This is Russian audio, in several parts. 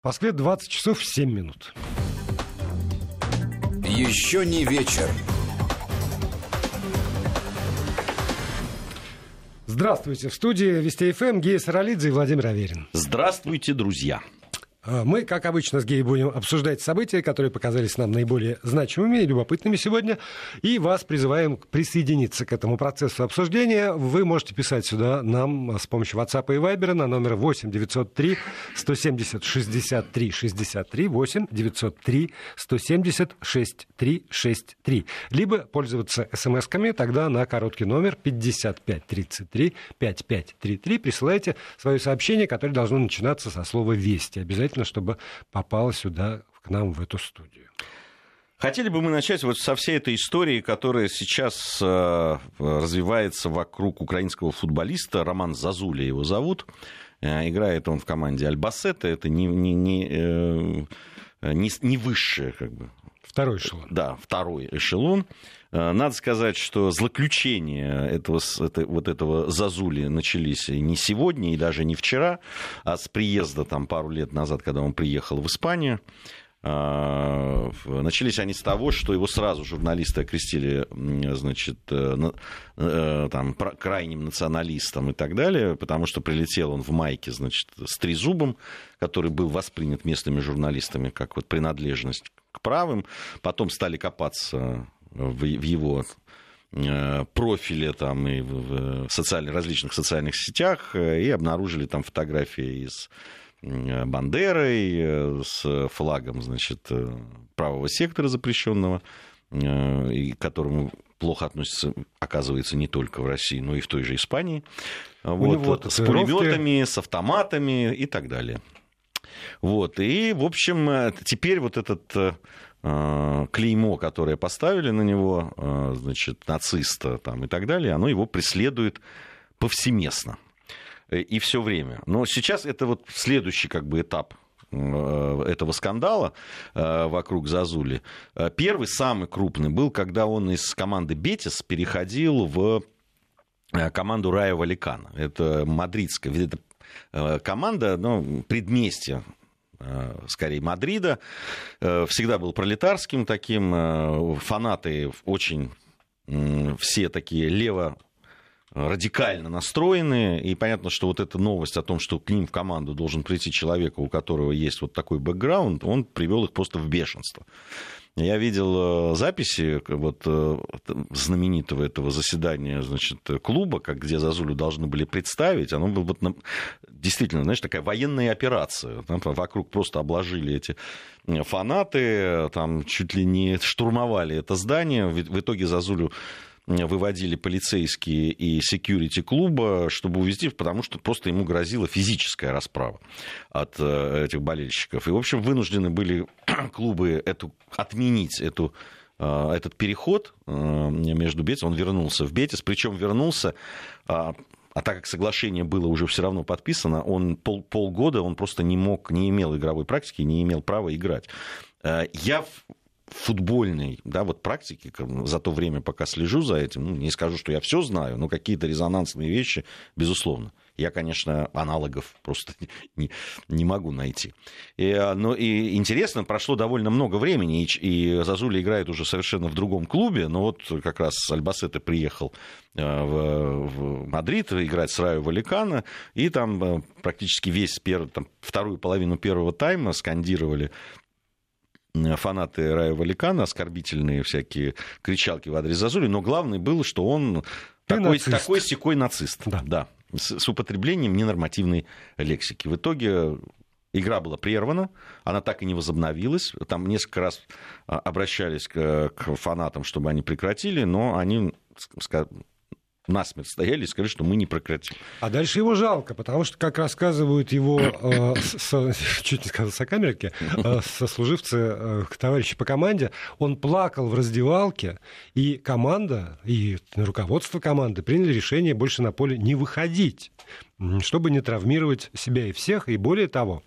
В Москве 20 часов 7 минут. Еще не вечер. Здравствуйте. В студии Вести ФМ Гея Саралидзе и Владимир Аверин. Здравствуйте, друзья. Мы, как обычно, с Геей будем обсуждать события, которые показались нам наиболее значимыми и любопытными сегодня. И вас призываем присоединиться к этому процессу обсуждения. Вы можете писать сюда нам с помощью WhatsApp и Viber на номер 8 903 170 63 63 8 903 170 63 63. Либо пользоваться смс-ками, тогда на короткий номер 5533 5533 присылайте свое сообщение, которое должно начинаться со слова «Вести». Обязательно, чтобы попало сюда, к нам в эту студию. Хотели бы мы начать вот со всей этой истории, которая сейчас развивается вокруг украинского футболиста. Роман Зазуля его зовут. Играет он в команде Альбасета. Это не высшее, как бы. Второй эшелон. Да, второй эшелон. Надо сказать, что злоключения этого Зазули начались не сегодня и даже не вчера, а с приезда там, пару лет назад, когда он приехал в Испанию. Начались они с того, что его сразу журналисты окрестили, значит, там, крайним националистом и так далее, потому что прилетел он в майке, значит, с трезубом, который был воспринят местными журналистами как вот принадлежность к правым. Потом стали копаться в его профиле там, и в различных социальных сетях и обнаружили там фотографии с Бандерой, с флагом, значит, правого сектора запрещенного, и к которому плохо относятся, оказывается, не только в России, но и в той же Испании. Вот, с пулеметами, с автоматами и так далее. Вот. И, в общем, теперь вот этот клеймо, которое поставили на него, значит, нациста там, и так далее, оно его преследует повсеместно и все время. Но сейчас это вот следующий как бы этап этого скандала вокруг Зазули. Первый, самый крупный, был, когда он из команды «Бетис» переходил в команду Райо Вальекано. Это мадридская команда, ну, предместье, скорее, Мадрида. Всегда был пролетарским таким. Фанаты очень все такие лево-радикально настроенные. И понятно, что вот эта новость о том, что к ним в команду должен прийти человек, у которого есть вот такой бэкграунд, он привел их просто в бешенство. Я видел записи вот знаменитого этого заседания, значит, клуба, где Зазулю должны были представить. Оно было вот, действительно, знаешь, такая военная операция. Там вокруг просто обложили эти фанаты, там чуть ли не штурмовали это здание. В итоге Зазулю выводили полицейские и секьюрити клуба, чтобы увезти, потому что просто ему грозила физическая расправа от этих болельщиков. И, в общем, вынуждены были клубы отменить этот переход между Бетис. Он вернулся в Бетис, причем вернулся, а так как соглашение было уже все равно подписано, он полгода он просто не имел игровой практики, не имел права играть. Я футбольной, да, вот практики за то время, пока слежу за этим, ну, не скажу, что я все знаю, но какие-то резонансные вещи, безусловно. Я, конечно, аналогов просто не могу найти. Но и интересно, прошло довольно много времени, и Зазуля играет уже совершенно в другом клубе, но вот как раз Альбасета приехал в Мадрид играть с Райо Вальекано, и там практически вторую половину первого тайма скандировали фанаты Райо Вальекано, оскорбительные всякие кричалки в адрес Зазули, но главное было, что он такой-сякой нацист. Да, с употреблением ненормативной лексики. В итоге игра была прервана, она так и не возобновилась. Там несколько раз обращались к фанатам, чтобы они прекратили, но они насмерть стояли и сказали, что мы не прекратим. А дальше его жалко, потому что, как рассказывают его, чуть не сказал сокамерники, сослуживцы, товарищи по команде, он плакал в раздевалке, и команда, и руководство команды приняли решение больше на поле не выходить, чтобы не травмировать себя и всех, и более того,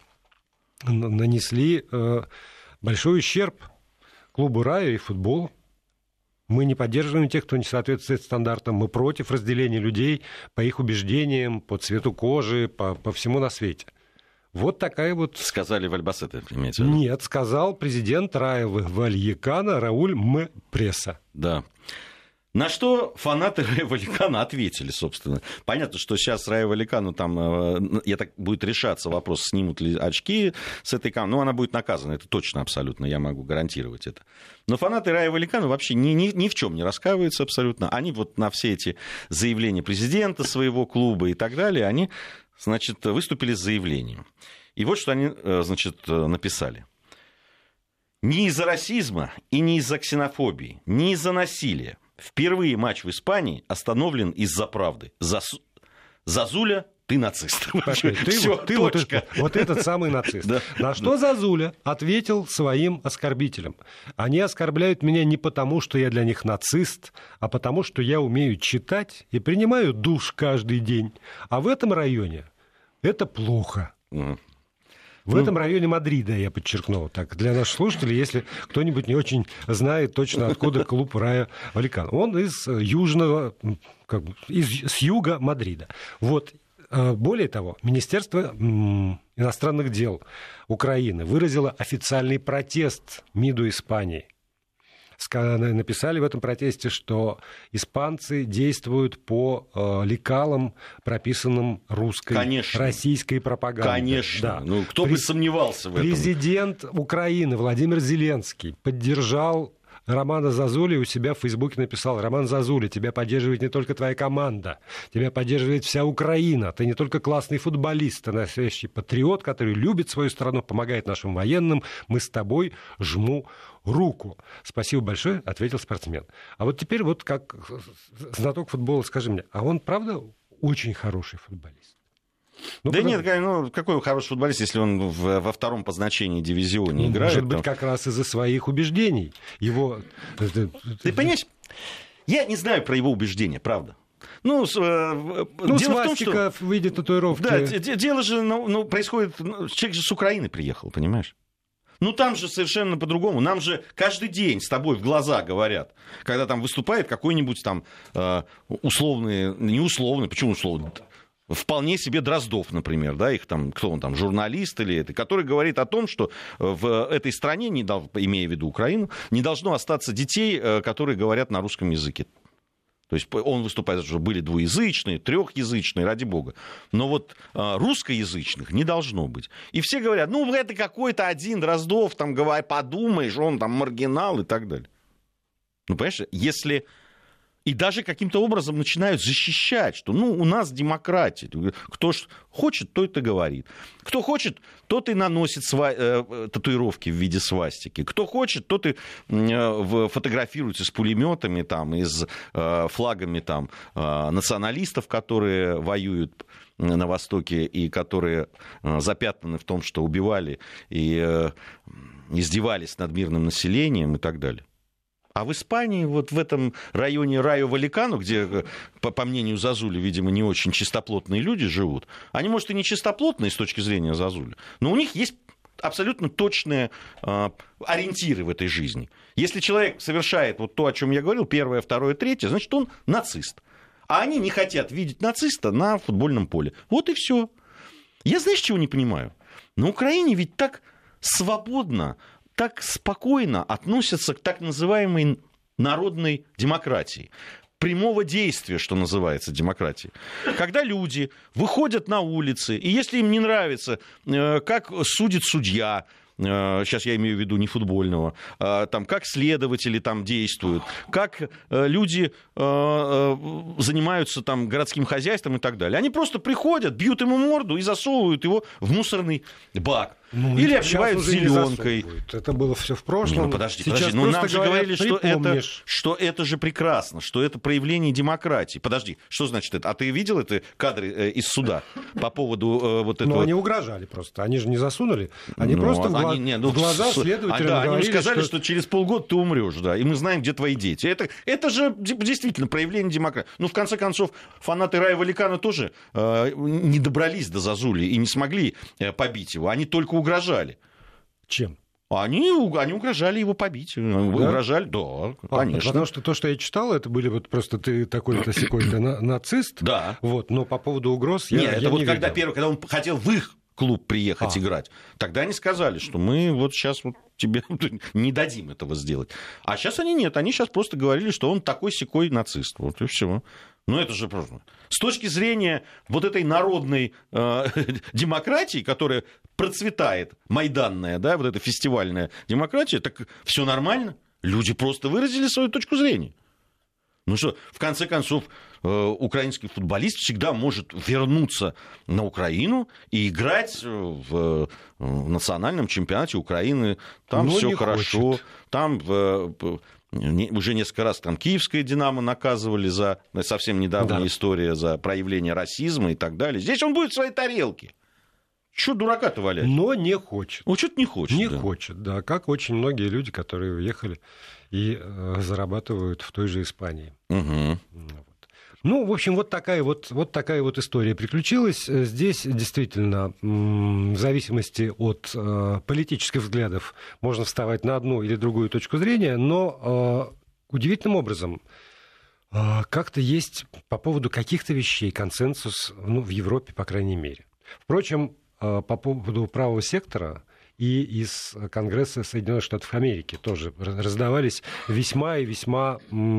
нанесли большой ущерб клубу «Райо» и футболу. Мы не поддерживаем тех, кто не соответствует стандартам. Мы против разделения людей по их убеждениям, по цвету кожи, по всему на свете. Вот такая вот... Сказали в Альбасете, имеется в виду? Нет, сказал президент Райо Вальекано Рауль Пресса. Да. На что фанаты Райо Вальекано ответили, собственно. Понятно, что сейчас Райо Вальекано там, будет решаться вопрос, снимут ли очки с этой камеры. Ну, она будет наказана, это точно абсолютно, я могу гарантировать это. Но фанаты Райо Вальекано вообще ни в чем не раскаиваются абсолютно. Они вот на все эти заявления президента своего клуба и так далее, они, значит, выступили с заявлением. И вот что они, значит, написали. Не из-за расизма и не из-за ксенофобии, не из-за насилия. Впервые матч в Испании остановлен из-за правды. Зазуля, ты нацист. Ты вот этот самый нацист. Да. На что Зазуля ответил своим оскорбителям. Они оскорбляют меня не потому, что я для них нацист, а потому, что я умею читать и принимаю душ каждый день. А в этом районе это плохо. В этом районе Мадрида, я подчеркнул. Так, для наших слушателей, если кто-нибудь не очень знает точно, откуда клуб Райо Вальекано. Он из южного, с юга Мадрида. Вот. Более того, Министерство иностранных дел Украины выразило официальный протест МИДу Испании. Написали в этом протесте, что испанцы действуют по лекалам, прописанным российской пропагандой. Конечно. Да. Ну, кто бы сомневался в этом. Президент Украины Владимир Зеленский поддержал Романа Зазули, у себя в Фейсбуке написал: Роман Зазули, тебя поддерживает не только твоя команда, тебя поддерживает вся Украина. Ты не только классный футболист, ты настоящий патриот, который любит свою страну, помогает нашим военным. Мы с тобой, жму руку. Спасибо большое, ответил спортсмен. А вот теперь вот как знаток футбола, скажи мне, а он правда очень хороший футболист? Ну, да нет, какой хороший футболист, если он во втором по значению дивизионе играет? Может быть, как раз из-за своих убеждений. Ты понимаешь, я не знаю про его убеждения, правда. Дело свастика в виде татуировки. Да, дело же происходит... Человек же с Украины приехал, понимаешь? Там же совершенно по-другому. Нам же каждый день с тобой в глаза говорят, когда там выступает какой-нибудь там условный, не условный, почему условный? Вполне себе Дроздов, например, да, их там, кто он там, журналист или это, который говорит о том, что в этой стране, имея в виду Украину, не должно остаться детей, которые говорят на русском языке. То есть он выступает, что были двуязычные, трехязычные, ради бога. Но вот русскоязычных не должно быть. И все говорят, это какой-то один Дроздов, там, подумаешь, он там маргинал и так далее. Понимаешь, если... И даже каким-то образом начинают защищать, что у нас демократия. Кто хочет, тот и говорит. Кто хочет, тот и наносит татуировки в виде свастики. Кто хочет, тот и фотографируется с пулеметами там, и с флагами там, националистов, которые воюют на Востоке и которые запятнаны в том, что убивали и издевались над мирным населением и так далее. А в Испании, вот в этом районе Райо Вальекано, где, по мнению Зазули, видимо, не очень чистоплотные люди живут, они, может, и не чистоплотные с точки зрения Зазули, но у них есть абсолютно точные ориентиры в этой жизни. Если человек совершает вот то, о чем я говорил, первое, второе, третье, значит, он нацист. А они не хотят видеть нациста на футбольном поле. Вот и все. Я, знаешь, чего не понимаю? На Украине ведь так свободно, так спокойно относятся к так называемой народной демократии. Прямого действия, что называется, демократии. Когда люди выходят на улицы, и если им не нравится, как судит судья, сейчас я имею в виду не футбольного, там, как следователи там действуют, как люди занимаются там городским хозяйством и так далее. Они просто приходят, бьют ему морду и засовывают его в мусорный бак. Или обливают зеленкой. Это было все в прошлом. Подожди. Нам же говорили, что это же прекрасно, что это проявление демократии. Подожди, что значит это? А ты видел эти кадры из суда по поводу вот этого? Они угрожали просто. Они же не засунули. Они просто в глаза следователям говорили, они сказали, что через полгода ты умрешь, да, и мы знаем, где твои дети. Это же действительно проявление демократии. В конце концов, фанаты Райо Вальекано тоже не добрались до Зазули и не смогли побить его. Они только угрожали. Чем? Они угрожали его побить. Да? Угрожали, да, конечно. Потому что то, что я читал, это были вот просто ты такой-то сякой-то нацист. Да. Вот, но по поводу угроз я не видел. Когда он хотел в их клуб приехать играть, тогда они сказали, что мы вот сейчас вот тебе не дадим этого сделать. А сейчас они нет, они сейчас просто говорили, что он такой-сякой нацист. Вот и все. Ну, это же просто... С точки зрения вот этой народной демократии, которая процветает, майданная, да, вот эта фестивальная демократия, так все нормально. Люди просто выразили свою точку зрения. Ну что, в конце концов, украинский футболист всегда может вернуться на Украину и играть в национальном чемпионате Украины. Там все хорошо. Хочет. Там уже несколько раз там киевское «Динамо» наказывали за совсем недавняя история, за проявление расизма и так далее. Здесь он будет в своей тарелке. Чего дурака-то валять? Но не хочет. Он что-то не хочет. Не хочет, да. Как очень многие люди, которые уехали и зарабатывают в той же Испании. Угу. Ну, в общем, вот такая вот история приключилась. Здесь действительно, в зависимости от политических взглядов, можно вставать на одну или другую точку зрения, но удивительным образом как-то есть по поводу каких-то вещей консенсус, ну, в Европе, по крайней мере. Впрочем, по поводу правого сектора и из Конгресса Соединенных Штатов Америки тоже раздавались весьма и весьма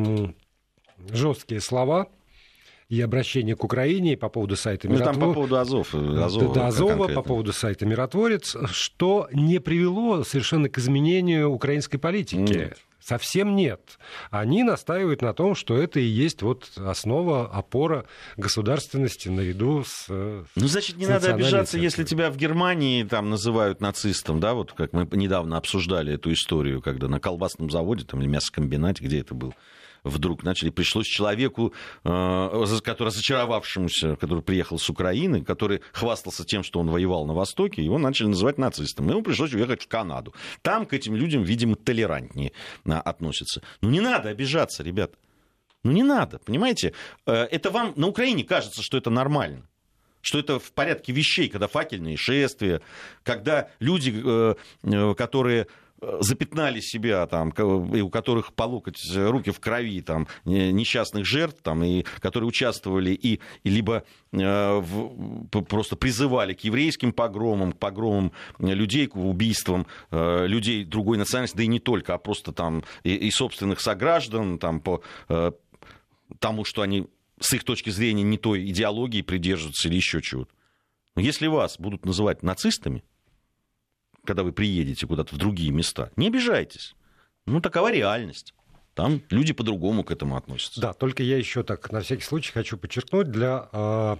жесткие слова и обращения к Украине и по поводу сайта «Миротворец». Там по поводу Азова. По поводу сайта «Миротворец», что не привело совершенно к изменению украинской политики. Нет. Совсем нет. Они настаивают на том, что это и есть вот основа, опора государственности наряду с... Ну, значит, не надо обижаться, если тебя в Германии там называют нацистом, да, вот как мы недавно обсуждали эту историю, когда на колбасном заводе там, или мясокомбинате, где это был, вдруг пришлось человеку, разочаровавшемуся, который приехал с Украины, который хвастался тем, что он воевал на Востоке, его начали называть нацистом. Ему пришлось уехать в Канаду. Там к этим людям, видимо, толерантнее относятся. Ну, не надо обижаться, ребята. Ну, не надо, понимаете? Это вам на Украине кажется, что это нормально. Что это в порядке вещей, когда факельные шествия, когда люди, которые... запятнали себя, там, и у которых по локоть руки в крови там, несчастных жертв, там, и которые участвовали и либо просто призывали к еврейским погромам, к погромам людей, к убийствам людей другой национальности, да и не только, а просто там и собственных сограждан, там, по тому, что они с их точки зрения не той идеологии придерживаются или еще чего-то. Но если вас будут называть нацистами, когда вы приедете куда-то в другие места, не обижайтесь. Ну, такова реальность. Там люди по-другому к этому относятся. Да, только я еще так на всякий случай хочу подчеркнуть для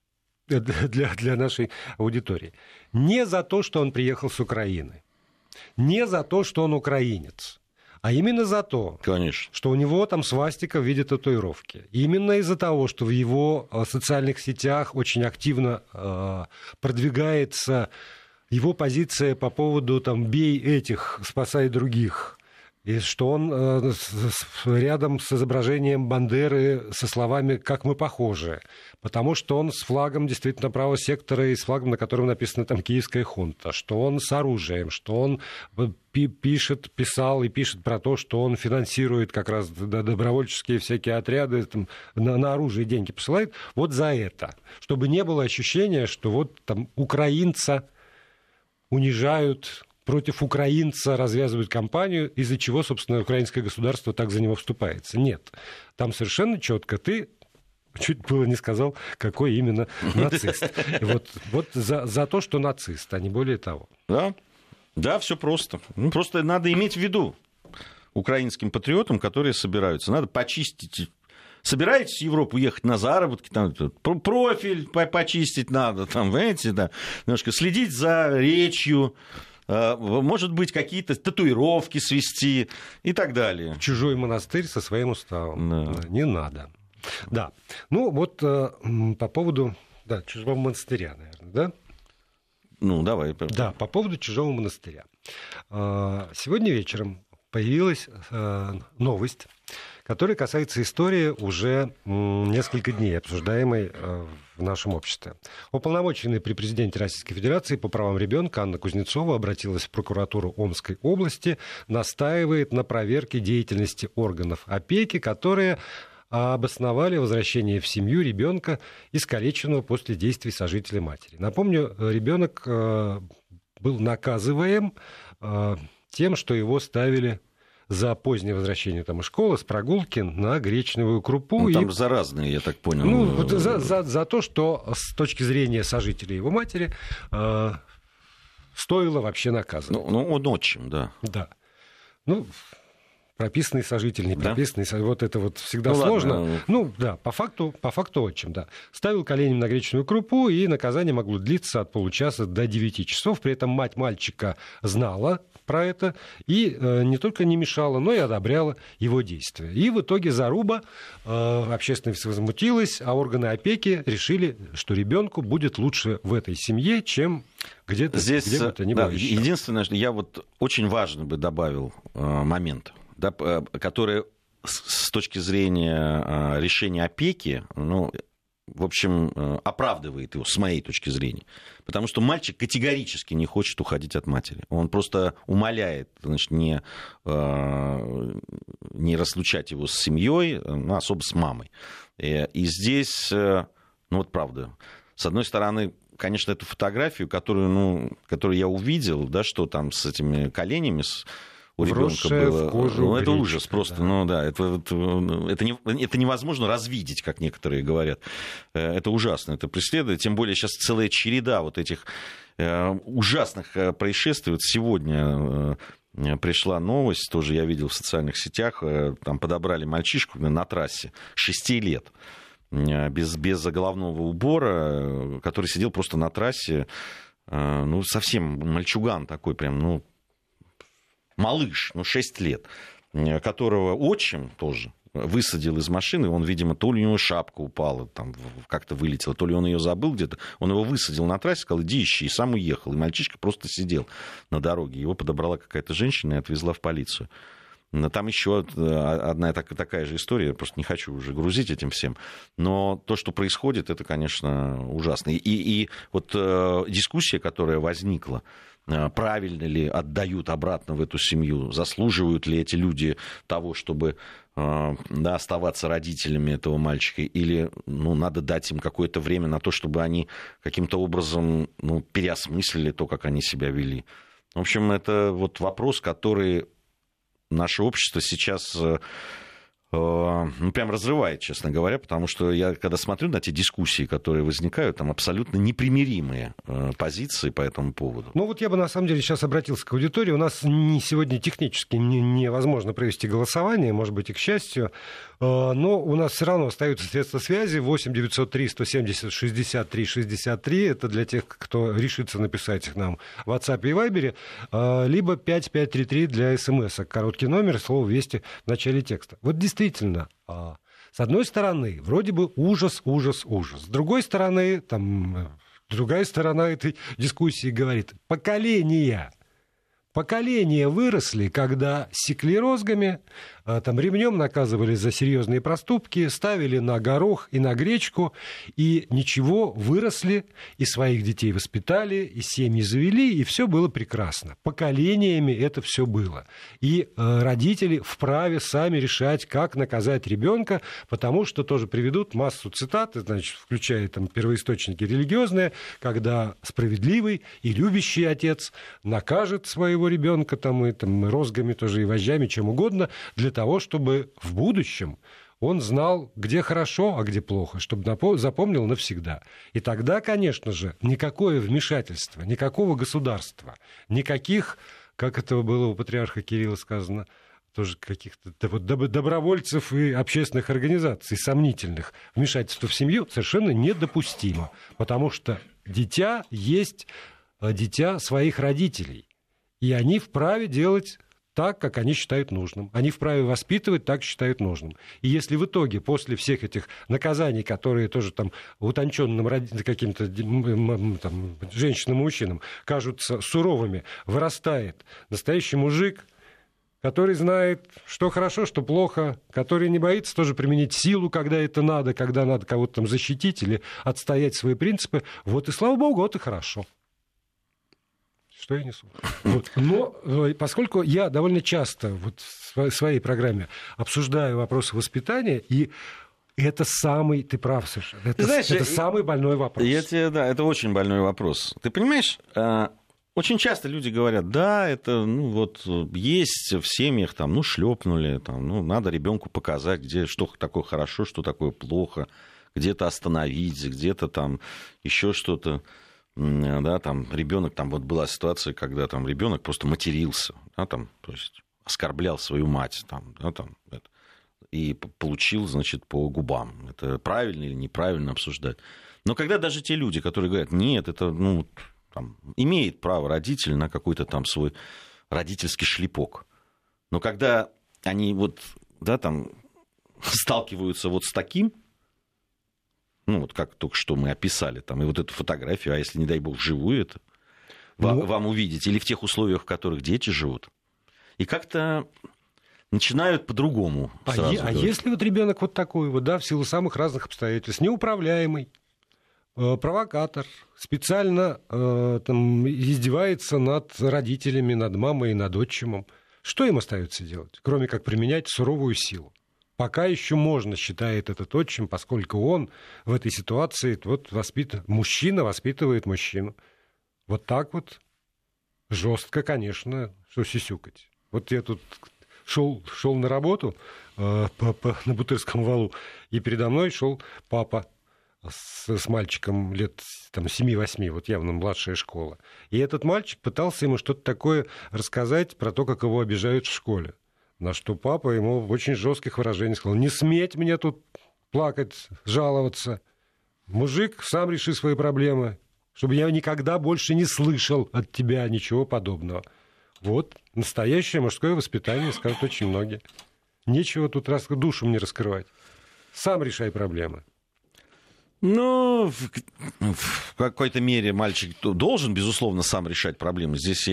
нашей аудитории. Не за то, что он приехал с Украины, не за то, что он украинец, а именно за то, конечно, что у него там свастика в виде татуировки. Именно из-за того, что в его социальных сетях очень активно продвигается... его позиция по поводу там, «бей этих, спасай других», и что он рядом с изображением Бандеры со словами «как мы похожи», потому что он с флагом действительно правого сектора и с флагом, на котором написано там «Киевская хунта», что он с оружием, что он писал и пишет про то, что он финансирует как раз добровольческие всякие отряды, там, на оружие деньги посылает, вот за это, чтобы не было ощущения, что вот там украинца унижают, против украинца развязывают кампанию, из-за чего, собственно, украинское государство так за него вступается. Нет. Там совершенно четко ты чуть было не сказал, какой именно нацист. Вот за то, что нацист, а не более того. Да, все просто. Просто надо иметь в виду украинским патриотам, которые собираются. Надо почистить. Собираетесь в Европу ехать на заработки, там, профиль почистить надо, там, знаете, да, немножко следить за речью, может быть, какие-то татуировки свести и так далее. Чужой монастырь со своим уставом. Да. Не надо. Да. Ну, вот по поводу чужого монастыря, наверное, да? Ну, давай. Да, по поводу чужого монастыря. Сегодня вечером появилась новость, которая касается истории уже несколько дней, обсуждаемой в нашем обществе. Уполномоченная при президенте Российской Федерации по правам ребенка Анна Кузнецова обратилась в прокуратуру Омской области, настаивает на проверке деятельности органов опеки, которые обосновали возвращение в семью ребенка, искалеченного после действий сожителя матери. Напомню, ребенок был наказываем тем, что его ставили за позднее возвращение там, из школы, с прогулки на гречневую крупу. Ну, там за разные, я так понял. Ну, вот за то, что с точки зрения сожителя его матери стоило вообще наказывать. Ну, он отчим, да. Да. Ну, прописанный сожитель, не прописанный, да? Вот это вот всегда ну, сложно. Ладно. Ну, да, по факту отчим, да. Ставил коленями на гречневую крупу, и наказание могло длиться от получаса до 9 часов. При этом мать мальчика знала про это и не только не мешала, но и одобряла его действия. И в итоге заруба, общественность возмутилась, а органы опеки решили, что ребенку будет лучше в этой семье, чем где-то здесь, где бы то ни было еще. Единственное, что я вот очень важно бы добавил момент, да, который с точки зрения решения опеки, ну, в общем, оправдывает его, с моей точки зрения. Потому что мальчик категорически не хочет уходить от матери. Он просто умоляет, значит, не разлучать его с семьей, ну, особо с мамой. И здесь, ну вот правда, с одной стороны, конечно, эту фотографию, которую я увидел, да, что там с этими коленями у ребенка было. Ну, это ужас просто. Да. Ну, да, это невозможно развидеть, как некоторые говорят. Это ужасно, это преследует. Тем более сейчас целая череда вот этих ужасных происшествий. Вот сегодня пришла новость, тоже я видел в социальных сетях, там подобрали мальчишку на трассе 6 лет. Без головного убора, который сидел просто на трассе, ну, совсем мальчуган такой прям, ну, малыш, 6 лет, которого отчим тоже высадил из машины, он, видимо, то ли у него шапка упала, там как-то вылетела, то ли он ее забыл где-то, он его высадил на трассе, сказал, иди ищи, и сам уехал, и мальчишка просто сидел на дороге, его подобрала какая-то женщина и отвезла в полицию. Там еще одна такая же история, я просто не хочу уже грузить этим всем. Но то, что происходит, это, конечно, ужасно. И вот дискуссия, которая возникла, правильно ли отдают обратно в эту семью, заслуживают ли эти люди того, чтобы оставаться родителями этого мальчика, или надо дать им какое-то время на то, чтобы они каким-то образом переосмыслили то, как они себя вели. В общем, это вот вопрос, который наше общество сейчас прям разрывает, честно говоря, потому что я, когда смотрю на те дискуссии, которые возникают, там абсолютно непримиримые позиции по этому поводу. Ну вот я бы на самом деле сейчас обратился к аудитории. У нас сегодня технически невозможно провести голосование, может быть, и к счастью, но у нас все равно остаются средства связи 8 903 170 63 63. Это для тех, кто решится написать их нам в WhatsApp и Viber, либо 5533 для смс. Короткий номер, слово «Вести» в начале текста. Вот действительно, с одной стороны, вроде бы ужас, ужас, ужас. С другой стороны, другая сторона этой дискуссии говорит, поколения выросли, когда секли розгами, ремнем наказывали за серьезные проступки, ставили на горох и на гречку, и ничего, выросли, и своих детей воспитали, и семьи завели, и все было прекрасно. Поколениями это все было. И родители вправе сами решать, как наказать ребенка, потому что тоже приведут массу цитат, значит, включая первоисточники религиозные, когда справедливый и любящий отец накажет своего ребенка и розгами тоже, и вожжами, чем угодно, для того, чтобы в будущем он знал, где хорошо, а где плохо, чтобы запомнил навсегда. И тогда, конечно же, никакое вмешательство, никакого государства, никаких, как это было у патриарха Кирилла сказано, тоже каких-то добровольцев и общественных организаций сомнительных, вмешательства в семью совершенно недопустимо, потому что дитя есть дитя своих родителей, и они вправе делать так, как они считают нужным. Они вправе воспитывать так, считают нужным. И если в итоге, после всех этих наказаний, которые тоже утонченным каким-то женщинам и мужчинам кажутся суровыми, вырастает настоящий мужик, который знает, что хорошо, что плохо, который не боится тоже применить силу, когда это надо, когда надо кого-то защитить или отстоять свои принципы, вот и слава богу, вот и хорошо. что я несу. Вот. Но поскольку я довольно часто вот в своей программе обсуждаю вопросы воспитания, и это самый, ты прав, Саша, это самый больной вопрос. Да, это очень больной вопрос. Ты понимаешь, очень часто люди говорят, да, это, есть в семьях, шлепнули, надо ребенку показать, где, что такое хорошо, что такое плохо, где-то остановить, где-то еще что-то. Да, ребенок, была ситуация, когда ребенок просто матерился, да, то есть оскорблял свою мать, и получил, по губам. Это правильно или неправильно обсуждать. Но когда даже те люди, которые говорят, нет, это, имеет право родитель на какой-то свой родительский шлепок. Но когда они сталкиваются с таким, как только что мы описали, и вот эту фотографию, а если, не дай бог, вживую это вам увидеть, или в тех условиях, в которых дети живут, и как-то начинают по-другому сразу говорить. Если ребенок такой, в силу самых разных обстоятельств, неуправляемый, провокатор, специально издевается над родителями, над мамой и над отчимом, что им остается делать, кроме как применять суровую силу? Пока еще можно, считает этот отчим, поскольку он в этой ситуации мужчина воспитывает мужчину. Вот так жестко, конечно, что сисюкать. Я тут шел на работу на Бутырском валу, и передо мной шел папа с мальчиком лет 7-8, явно младшая школа. И этот мальчик пытался ему что-то такое рассказать про то, как его обижают в школе. На что папа ему в очень жестких выражениях сказал: не сметь мне тут плакать, жаловаться. Мужик, сам реши свои проблемы, чтобы я никогда больше не слышал от тебя ничего подобного. Настоящее мужское воспитание, скажут очень многие. Нечего тут душу мне раскрывать. Сам решай проблемы. В какой-то мере мальчик должен, безусловно, сам решать проблемы. Здесь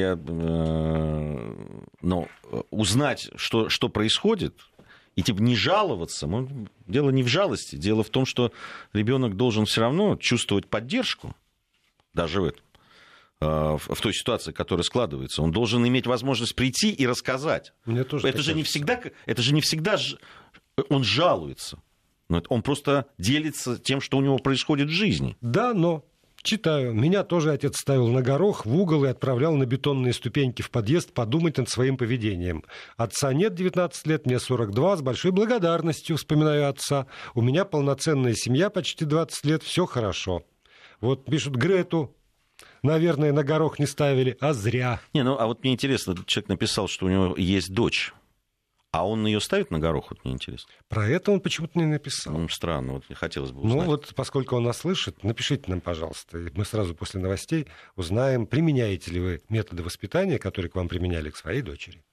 узнать, что происходит, и не жаловаться. Дело не в жалости. Дело в том, что ребенок должен все равно чувствовать поддержку, даже в этом, в той ситуации, которая складывается. Он должен иметь возможность прийти и рассказать. Это же не всегда он жалуется. Он просто делится тем, что у него происходит в жизни. Да, но читаю. Меня тоже отец ставил на горох, в угол и отправлял на бетонные ступеньки в подъезд подумать над своим поведением. Отца нет, 19 лет, мне 42. С большой благодарностью вспоминаю отца. У меня полноценная семья, почти 20 лет, все хорошо. Пишут Грету. Наверное, на горох не ставили, а зря. Мне интересно, человек написал, что у него есть дочь. А он ее ставит на горох, мне интересно. Про это он почему-то не написал. Странно, хотелось бы узнать. Поскольку он нас слышит, напишите нам, пожалуйста. И мы сразу после новостей узнаем, применяете ли вы методы воспитания, которые к вам применяли к своей дочери.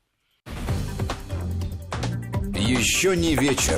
Еще не вечер.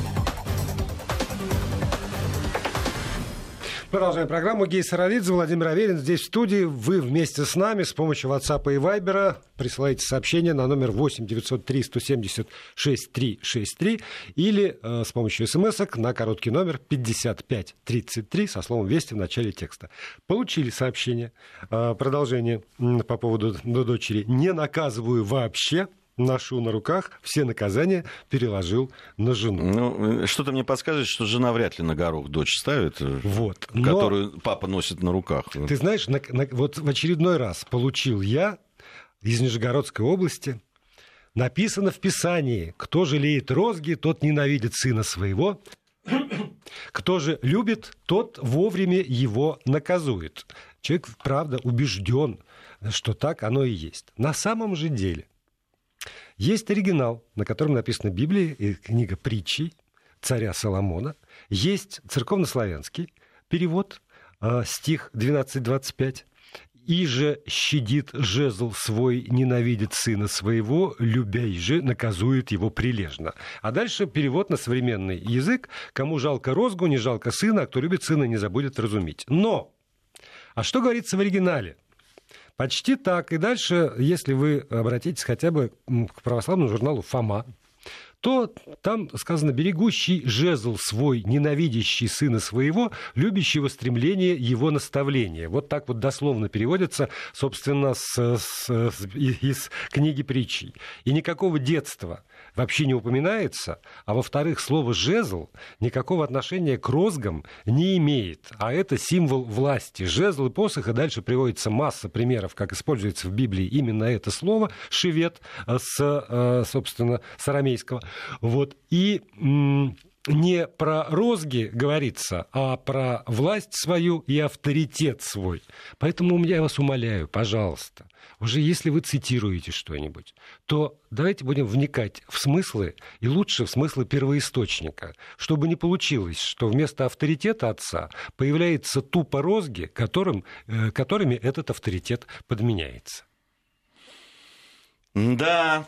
Продолжаем программу. Гей Саралидзе, Владимир Аверин здесь в студии. Вы вместе с нами с помощью WhatsApp и Viber присылаете сообщение на номер 8 903 170 6363 или с помощью смс-ок на короткий номер 5533 со словом «Вести» в начале текста. Получили сообщение. Продолжение по поводу дочери. Не наказываю вообще. Ношу на руках, все наказания переложил на жену. Что-то мне подсказывает, что жена вряд ли на горох дочь ставит, которую папа носит на руках. Ты знаешь, в очередной раз получил я из Нижегородской области, написано в Писании: кто жалеет розги, тот ненавидит сына своего, кто же любит, тот вовремя его наказует. Человек, правда, убежден, что так оно и есть. На самом же деле есть оригинал, на котором написана Библия и книга притчей царя Соломона. Есть церковнославянский перевод, стих 12-25. «И же щадит жезл свой, ненавидит сына своего, любя же наказует его прилежно». А дальше перевод на современный язык: «Кому жалко розгу, не жалко сына, а кто любит сына, не забудет разуметь». Но, а что говорится в оригинале? Почти так. И дальше, если вы обратитесь хотя бы к православному журналу «Фома», то там сказано «берегущий жезл свой, ненавидящий сына своего, любящего стремление его наставления». Вот так вот дословно переводится, собственно, из книги притчей. И никакого детства вообще не упоминается, а во-вторых, слово «жезл» никакого отношения к розгам не имеет, а это символ власти. Жезл и посох, и дальше приводится масса примеров, как используется в Библии именно это слово «шевет», собственно, с арамейского. Вот. И не про розги говорится, а про власть свою и авторитет свой. Поэтому я вас умоляю, пожалуйста, уже если вы цитируете что-нибудь, то давайте будем вникать в смыслы, и лучше в смыслы первоисточника, чтобы не получилось, что вместо авторитета отца появляются тупо розги, которыми этот авторитет подменяется. Да.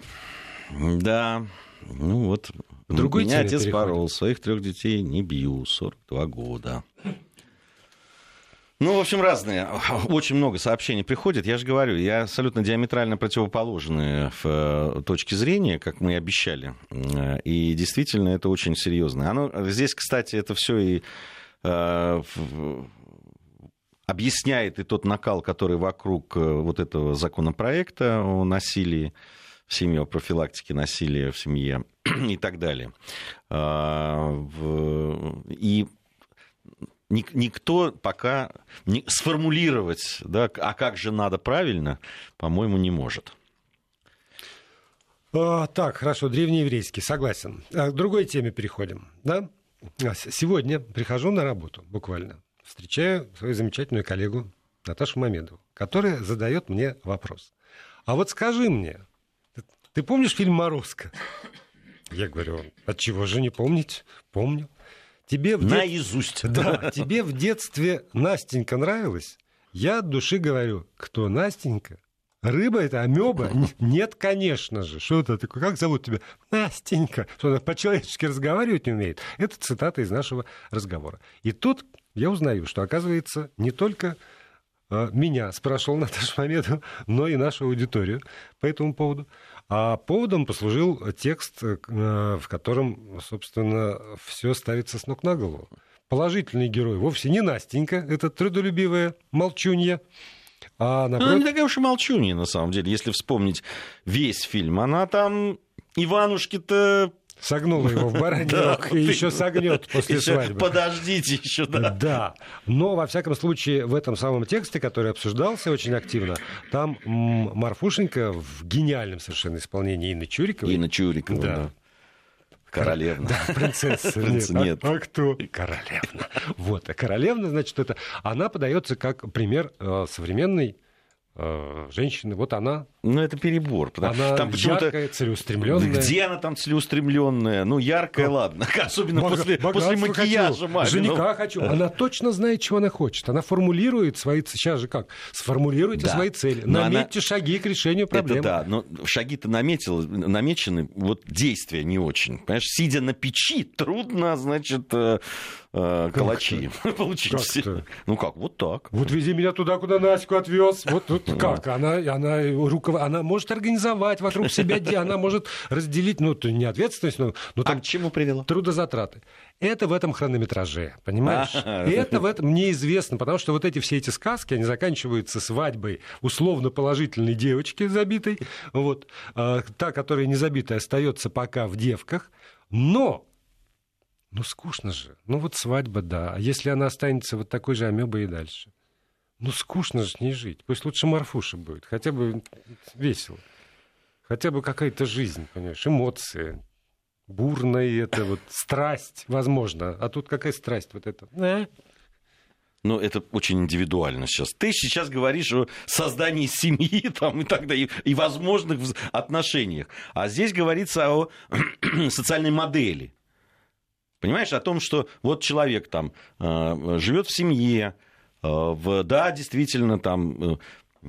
Ну вот, меня отец порол, своих 3 детей не бью, 42 года. Ну, в общем, разные. Очень много сообщений приходит. Я же говорю, я абсолютно диаметрально противоположные в точке зрения, как мы и обещали. И действительно, это очень серьезно. Здесь, кстати, это все и объясняет и тот накал, который вокруг вот этого законопроекта о насилии в семье, о профилактике насилия в семье и так далее. И никто пока сформулировать, да, а как же надо правильно, по-моему, не может. Так, хорошо, древнееврейский, согласен. К другой теме переходим. Да? Сегодня прихожу на работу, буквально, встречаю свою замечательную коллегу Наташу Мамедову, которая задает мне вопрос. А вот скажи мне, ты помнишь фильм «Морозко»? Я говорю, отчего же не помнить? Помню. Наизусть. Да, тебе в детстве Настенька нравилась? Я от души говорю, кто Настенька? Рыба это, амеба? Нет, конечно же. Что это такое? Как зовут тебя? Настенька. Что она по-человечески разговаривать не умеет? Это цитата из нашего разговора. И тут я узнаю, что, оказывается, не только меня спрашивал Наташа Мамедова, но и нашу аудиторию по этому поводу. А поводом послужил текст, в котором, собственно, все ставится с ног на голову. Положительный герой вовсе не Настенька, это трудолюбивая молчунья. Она не такая уж и молчунья, на самом деле. Если вспомнить весь фильм, она там Иванушки-то... Согнула его в бараний рог и еще согнет после свадьбы. Подождите еще, да. Да, но, во всяком случае, в этом самом тексте, который обсуждался очень активно, там Марфушенька в гениальном совершенно исполнении Инны Чуриковой. Инна Чурикова, да. Королевна. Да, принцесса. Нет. А кто? Королевна. Вот, а королевна, значит, это... Она подается как пример современной женщины. Вот она. Ну, это перебор. Она там яркая, целеустремленная. Где она там целеустремленная? Ну, яркая, ладно. Особенно после макияжа. Жениха хочу. Она точно знает, чего она хочет. Она формулирует свои... Сейчас же как? Сформулируйте свои цели. Наметьте шаги к решению проблемы. Это да, но шаги-то намечены, вот действия не очень. Понимаешь, сидя на печи, трудно, значит, калачи получить. Ну как, вот так. Вот вези меня туда, куда Наську отвез. Вот как? Она может организовать вокруг себя, она может разделить, ну, не ответственность, но там к чему привело? Трудозатраты. Это в этом хронометраже, понимаешь? И это в этом неизвестно, потому что вот все эти сказки, они заканчиваются свадьбой условно положительной девочки забитой, вот, та, которая не забитая, остается пока в девках, но ну, скучно же. Ну, вот свадьба, да. А если она останется вот такой же амебой и дальше? Ну, скучно же с ней жить. Пусть лучше Марфуша будет. Хотя бы весело. Хотя бы какая-то жизнь, понимаешь, эмоции. Бурная это вот страсть, возможно. А тут какая страсть вот эта? Ну, это очень индивидуально сейчас. Ты сейчас говоришь о создании семьи там, и так далее, и возможных отношениях. А здесь говорится о социальной модели. Понимаешь, о том, что вот человек там живет в семье, да, действительно, там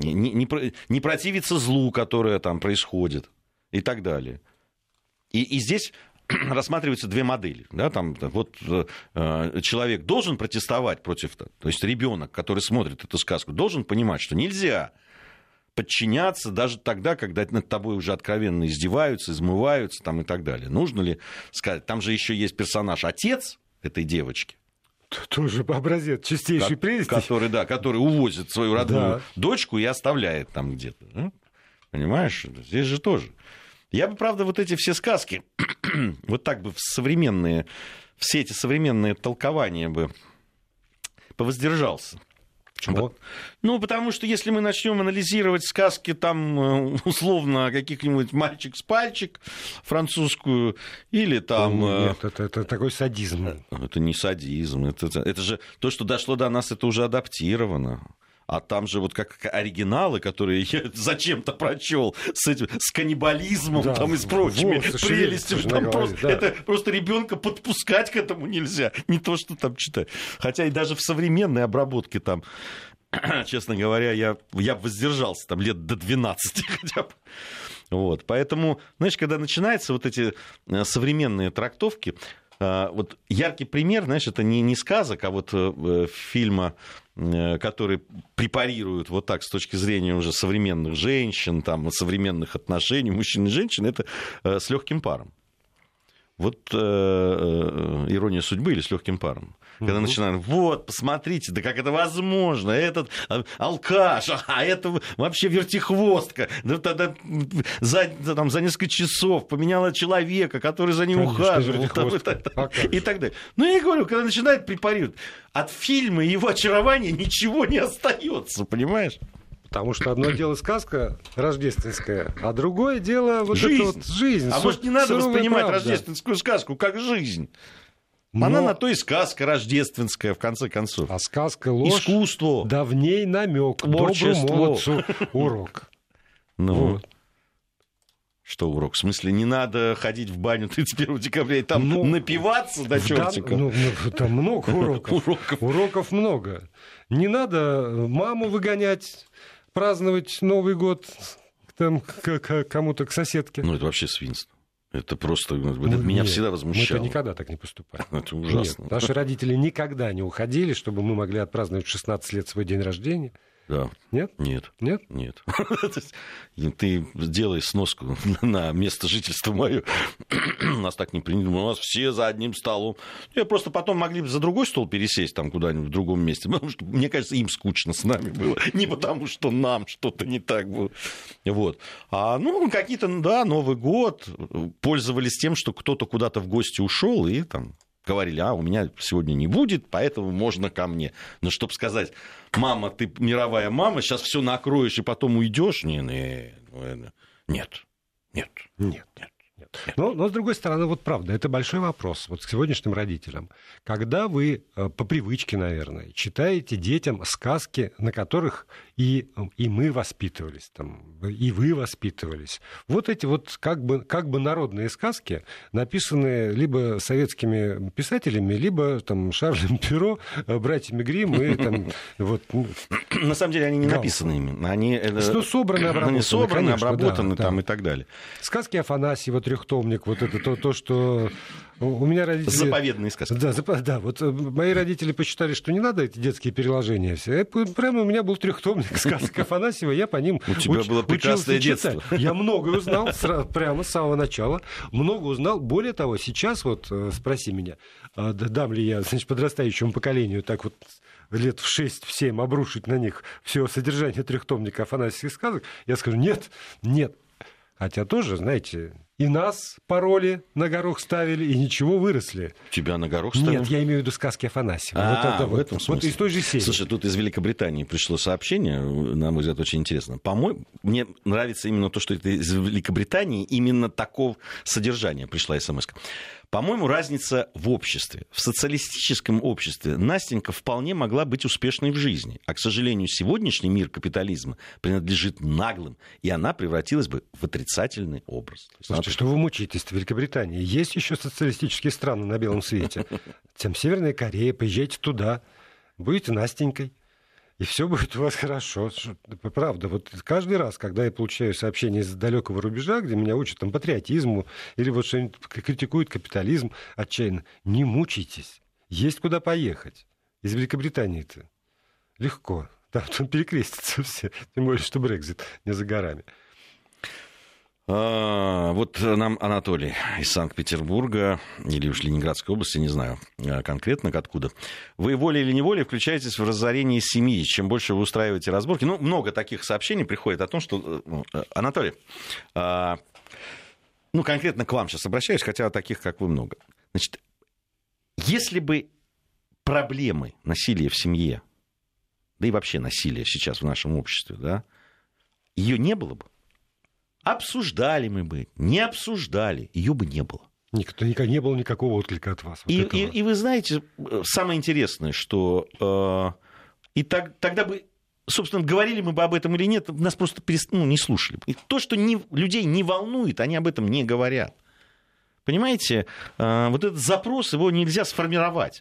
не противится злу, которое там происходит, и так далее. И здесь рассматриваются две модели. Да, там, вот, человек должен протестовать против... То есть ребенок, который смотрит эту сказку, должен понимать, что нельзя подчиняться даже тогда, когда над тобой уже откровенно издеваются, измываются там, и так далее. Нужно ли сказать? Там же еще есть персонаж отец этой девочки. Тоже образец чистейшей прелести. Который увозит свою родную дочку и оставляет там где-то. Понимаешь? Здесь же тоже. Я бы, правда, вот эти все сказки, вот так бы все эти современные толкования бы повоздержался. Почему? Ну, потому что если мы начнем анализировать сказки там, условно, каких-нибудь «Мальчик с пальчик», французскую, или там... Нет, это такой садизм. Это не садизм. Это же то, что дошло до нас, это уже адаптировано. А там же вот как оригиналы, которые я зачем-то прочел с каннибализмом там, и с прочими прелестями. Это просто ребенка подпускать к этому нельзя. Не то, что там читать. Хотя и даже в современной обработке там, честно говоря, я воздержался там лет до 12 хотя бы. Вот. Поэтому, знаешь, когда начинаются вот эти современные трактовки, вот яркий пример, знаешь, это не сказок, а вот фильма, который препарируют вот так с точки зрения уже современных женщин, там, современных отношений мужчин и женщин, это «С легким паром». Вот «Ирония судьбы» или «С легким паром». Когда начинают, вот, посмотрите, да как это возможно, этот алкаш, а это вообще вертихвостка, да, за несколько часов поменяла человека, который за ним ухаживал, и так далее. Ну, я говорю, когда начинают препарировать, от фильма и его очарования ничего не остается, понимаешь? Потому что одно дело сказка рождественская, а другое дело вот жизнь. Это вот жизнь. А может, не надо воспринимать рождественскую сказку как жизнь? Она на то и сказка рождественская, в конце концов. А сказка ложь. Искусство. Давней намек. Доброму молодцу урок. Ну. Что урок? В смысле, не надо ходить в баню 31 декабря и там напиваться до чертика? Там много уроков. Уроков много. Не надо маму выгонять, праздновать Новый год там, к кому-то, к соседке. Ну, это вообще свинство. Это просто... меня всегда возмущало. Мы-то никогда так не поступаем. Это ужасно. Нет, наши родители никогда не уходили, чтобы мы могли отпраздновать в 16 лет свой день рождения. Да. Нет? Нет. Нет? Нет. Ты делай сноску на место жительства мое. У нас так не принято. У нас все за одним столом. Просто потом могли бы за другой стол пересесть там куда-нибудь в другом месте. Потому что, мне кажется, им скучно с нами было. Не потому, что нам что-то не так было. Вот. А какие-то, Новый год пользовались тем, что кто-то куда-то в гости ушел и там... говорили, у меня сегодня не будет, поэтому можно ко мне. Но чтобы сказать, мама, ты мировая мама, сейчас все накроешь и потом уйдешь, нет. Но, с другой стороны, вот правда, это большой вопрос вот к сегодняшним родителям. Когда вы, по привычке, наверное, читаете детям сказки, на которых и мы воспитывались, там, и вы воспитывались, вот эти вот как бы народные сказки, написанные либо советскими писателями, либо там Шарлем Перро, братьями Гримм и там вот... На самом деле они не написаны ими. Они собраны, обработаны там и так далее. Сказки Афанасьева, трехтомник, вот это то, что у меня родители... Заповедные сказки. Да, вот мои родители посчитали, что не надо эти детские переложения все. Прямо у меня был трехтомник сказок Афанасьева, я по ним у тебя было прекрасное детство. Я многое узнал прямо с самого начала. Много узнал. Более того, сейчас вот спроси меня, дам ли я, подрастающему поколению так вот лет в 6-7 обрушить на них все содержание трехтомника Афанасьевых сказок, я скажу, нет. Хотя тоже, знаете, и нас пароли на горох ставили, и ничего, выросли. Тебя на горох ставили? Нет, я имею в виду сказки Афанасьева. В этом смысле. Вот из той же серии. Слушай, тут из Великобритании пришло сообщение, на мой взгляд, очень интересно. По-моему, мне нравится именно то, что это из Великобритании, именно такого содержания пришла смс-ка. По-моему, разница в обществе. В социалистическом обществе Настенька вполне могла быть успешной в жизни. А, к сожалению, сегодняшний мир капитализма принадлежит наглым, и она превратилась бы в отрицательный образ. Слушайте, что вы мучаетесь в Великобритании? Есть еще социалистические страны на белом свете. Тем Северная Корея, поезжайте туда, будете Настенькой. И все будет у вас хорошо. Правда, вот каждый раз, когда я получаю сообщение из далекого рубежа, где меня учат там, патриотизму, или вот что-нибудь критикуют капитализм отчаянно, не мучайтесь. Есть куда поехать. Из Великобритании-то легко. Да, там перекрестятся все. Тем более, что Брексит не за горами. Вот нам Анатолий из Санкт-Петербурга или уж Ленинградской области, не знаю конкретно откуда. Вы волей или неволей включаетесь в разорение семьи. Чем больше вы устраиваете разборки. Ну, много таких сообщений приходит о том, что... Анатолий, ну, конкретно к вам сейчас обращаюсь, хотя таких, как вы, много. Значит, если бы проблемы насилия в семье, да и вообще насилия сейчас в нашем обществе, да, ее не было бы, обсуждали мы бы, не обсуждали, ее бы не было. Не было никакого отклика от вас. И вы знаете, самое интересное, что тогда бы, собственно, говорили мы бы об этом или нет, нас просто не слушали. И то, что людей не волнует, они об этом не говорят. Понимаете, вот этот запрос, его нельзя сформировать.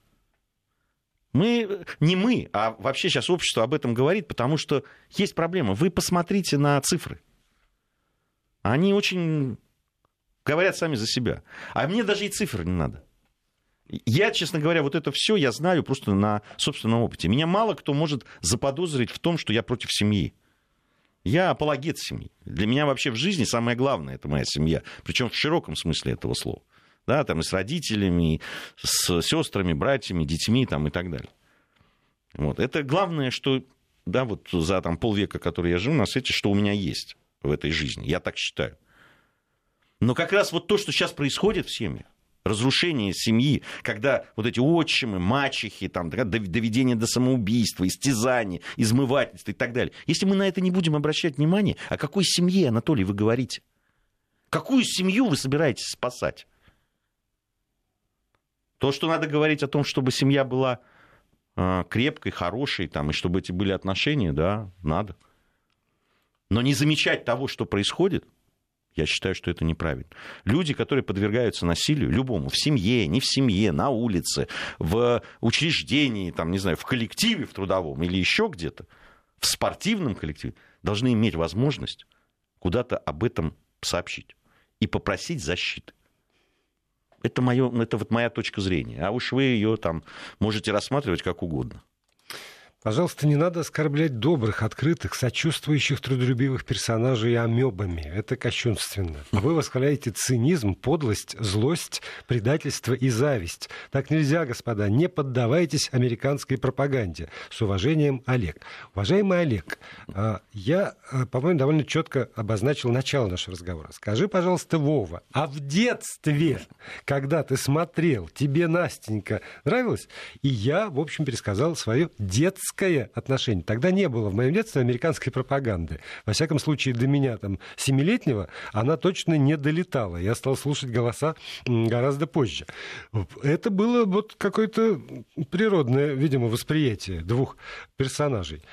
Не мы, а вообще сейчас общество об этом говорит, потому что есть проблема. Вы посмотрите на цифры. Они очень говорят сами за себя. А мне даже и цифр не надо. Я, честно говоря, вот это все я знаю просто на собственном опыте. Меня мало кто может заподозрить в том, что я против семьи. Я апологет семьи. Для меня вообще в жизни самое главное — это моя семья. Причем в широком смысле этого слова. Да, там и с родителями, и с сестрами, братьями, детьми там, и так далее. Вот. Это главное, что да, вот за там, полвека, который я живу на свете, что у меня есть в этой жизни. Я так считаю. Но как раз вот то, что сейчас происходит в семье, разрушение семьи, когда вот эти отчимы, мачехи, там, доведение до самоубийства, истязания, измывательства и так далее. Если мы на это не будем обращать внимание, о какой семье, Анатолий, вы говорите? Какую семью вы собираетесь спасать? То, что надо говорить о том, чтобы семья была крепкой, хорошей, там, и чтобы эти были отношения, да, надо. Но не замечать того, что происходит, я считаю, что это неправильно. Люди, которые подвергаются насилию, любому, в семье, не в семье, на улице, в учреждении, там, не знаю, в коллективе, в трудовом или еще где-то, в спортивном коллективе, должны иметь возможность куда-то об этом сообщить и попросить защиты. Это вот моя точка зрения. А уж вы ее там можете рассматривать как угодно. Пожалуйста, не надо оскорблять добрых, открытых, сочувствующих, трудолюбивых персонажей амебами. Это кощунственно. Вы восхваляете цинизм, подлость, злость, предательство и зависть. Так нельзя, господа. Не поддавайтесь американской пропаганде. С уважением, Олег. Уважаемый Олег, я, по-моему, довольно четко обозначил начало нашего разговора. Скажи, пожалуйста, Вова, а в детстве, когда ты смотрел, тебе Настенька нравилась? И я, в общем, пересказал свое детское отношение. Тогда не было в моем детстве американской пропаганды. Во всяком случае, до меня, там, 7-летнего, она точно не долетала. Я стал слушать голоса гораздо позже. Это было вот какое-то природное, видимо, восприятие двух персонажей.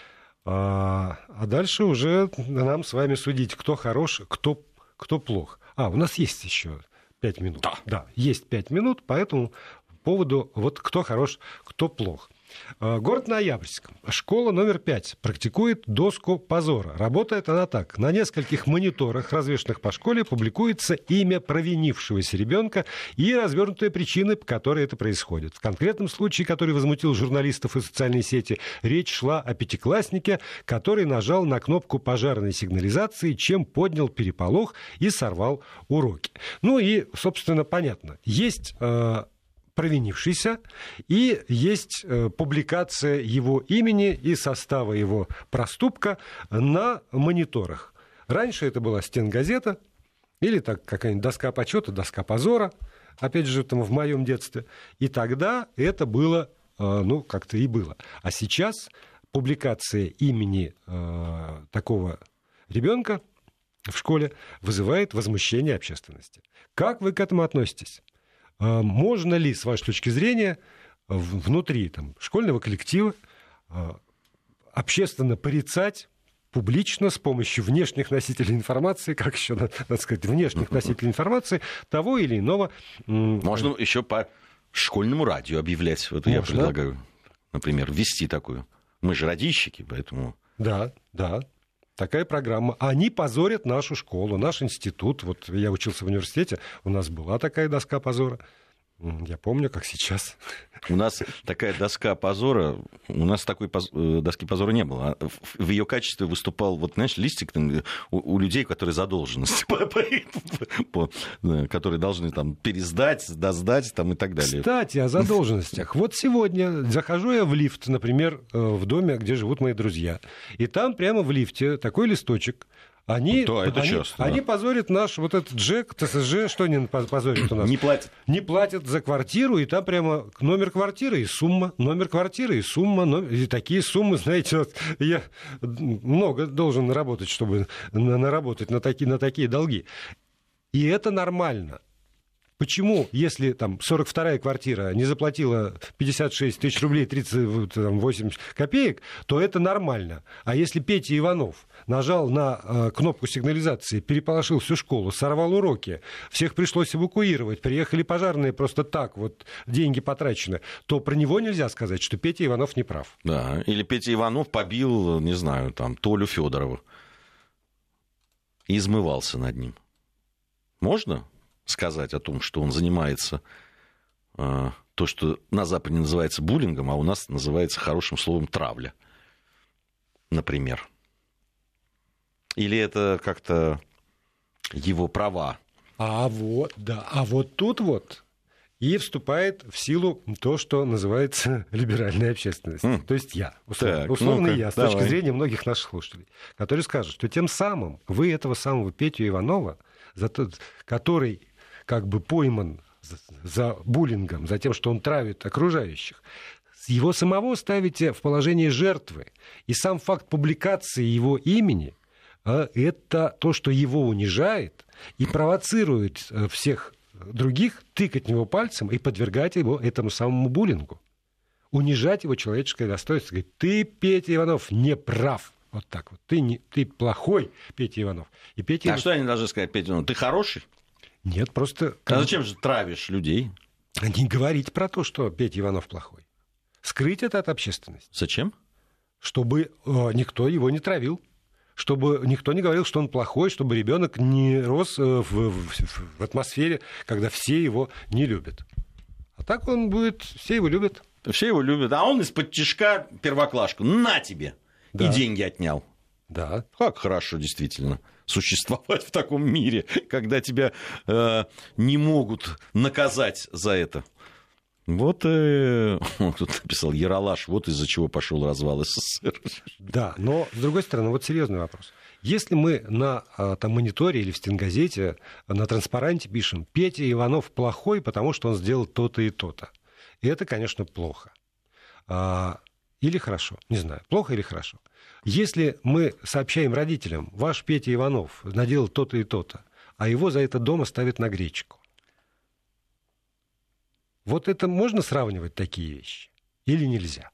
А дальше уже нам с вами судить, кто хорош, кто плох. У нас есть еще 5 минут. Да, есть 5 минут, поэтому по поводу вот кто хорош, кто плох. Город Ноябрьск. Школа номер 5 практикует доску позора. Работает она так. На нескольких мониторах, развешанных по школе, публикуется имя провинившегося ребенка и развернутые причины, по которой это происходит. В конкретном случае, который возмутил журналистов и социальные сети, речь шла о пятикласснике, который нажал на кнопку пожарной сигнализации, чем поднял переполох и сорвал уроки. Ну и, собственно, понятно. Есть провинившийся, и есть публикация его имени и состава его проступка на мониторах. Раньше это была стенгазета или так какая-нибудь доска почета, доска позора, опять же, там в моем детстве. И тогда это было, как-то и было. А сейчас публикация имени такого ребенка в школе вызывает возмущение общественности. Как вы к этому относитесь? Можно ли, с вашей точки зрения, внутри школьного коллектива общественно порицать публично с помощью внешних носителей информации, как еще надо сказать, внешних носителей информации того или иного... Можно еще по школьному радио объявлять. Вот я предлагаю, например, ввести такую. Мы же радищики, поэтому... Да. Такая программа. Они позорят нашу школу, наш институт. Вот я учился в университете, у нас была такая доска позора. Я помню, как сейчас. У нас такая доска позора, у нас такой доски позора не было. В ее качестве выступал, вот, знаешь, листик у людей, которые задолженности, которые должны там пересдать, досдать там, и так далее. Кстати, о задолженностях. Вот сегодня захожу я в лифт, например, в доме, где живут мои друзья. И там прямо в лифте такой листочек. Они позорят наш вот этот ЖЭК, ТСЖ, что они позорят у нас? Не платят. Не платят за квартиру, и там прямо номер квартиры и сумма, номер квартиры и сумма. И такие суммы, знаете, вот я много должен наработать, чтобы наработать на такие долги. И это нормально. Почему, если там 42-я квартира не заплатила 56 тысяч рублей 38 копеек, то это нормально. А если Петя Иванов нажал на кнопку сигнализации, переполошил всю школу, сорвал уроки, всех пришлось эвакуировать, приехали пожарные просто так, вот деньги потрачены, то про него нельзя сказать, что Петя Иванов не прав. Да, или Петя Иванов побил, не знаю, там, Толю Федорова и измывался над ним. Можно сказать о том, что он занимается то, что на Западе называется буллингом, а у нас называется хорошим словом травля, например? Или это как-то его права? А вот тут вот и вступает в силу то, что называется либеральная общественность. То есть я, условно я, с точки зрения многих наших слушателей, которые скажут, что тем самым вы этого самого Петю Иванова, который как бы пойман за буллингом, за тем, что он травит окружающих, его самого ставите в положение жертвы. И сам факт публикации его имени – это то, что его унижает и провоцирует всех других тыкать в него пальцем и подвергать его этому самому буллингу. Унижать его человеческое достоинство. Говорит, ты, Петя Иванов, не прав. Вот так вот. Ты плохой, Петя Иванов. И Петя что они должны сказать, Петя Иванов? Ты хороший? Нет, просто... А зачем же травишь людей? Не говорить про то, что Петя Иванов плохой. Скрыть это от общественности. Зачем? Чтобы никто его не травил. Чтобы никто не говорил, что он плохой, чтобы ребенок не рос в атмосфере, когда все его не любят. А так он будет... Все его любят. Все его любят. А он из-под тишка первоклашку. На тебе! Да. И деньги отнял. Да. Как хорошо, действительно, существовать в таком мире, когда тебя не могут наказать за это. Вот кто-то написал, Ералаш, вот из-за чего пошел развал СССР. Да, но, с другой стороны, вот серьезный вопрос. Если мы на мониторе или в стенгазете на транспаранте пишем «Петя Иванов плохой, потому что он сделал то-то и то-то», и это, конечно, плохо. Или хорошо, не знаю, плохо или хорошо. Если мы сообщаем родителям, ваш Петя Иванов наделал то-то и то-то, а его за это дома ставят на гречку. Вот это можно сравнивать, такие вещи? Или нельзя?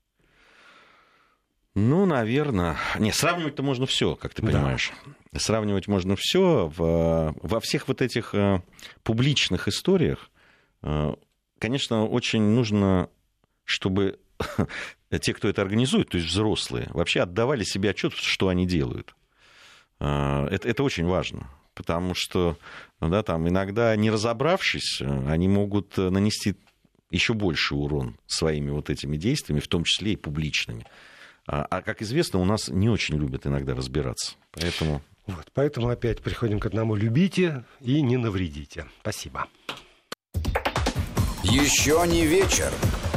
Ну, наверное. Не, сравнивать-то можно все, как ты понимаешь. Да. Сравнивать можно все. Во всех вот этих публичных историях, конечно, очень нужно, чтобы те, кто это организует, то есть взрослые, вообще отдавали себе отчет, что они делают. Это очень важно, потому что там иногда, не разобравшись, они могут нанести еще больший урон своими вот этими действиями, в том числе и публичными. А как известно, у нас не очень любят иногда разбираться. Поэтому опять приходим к одному: любите и не навредите. Спасибо. Еще не вечер.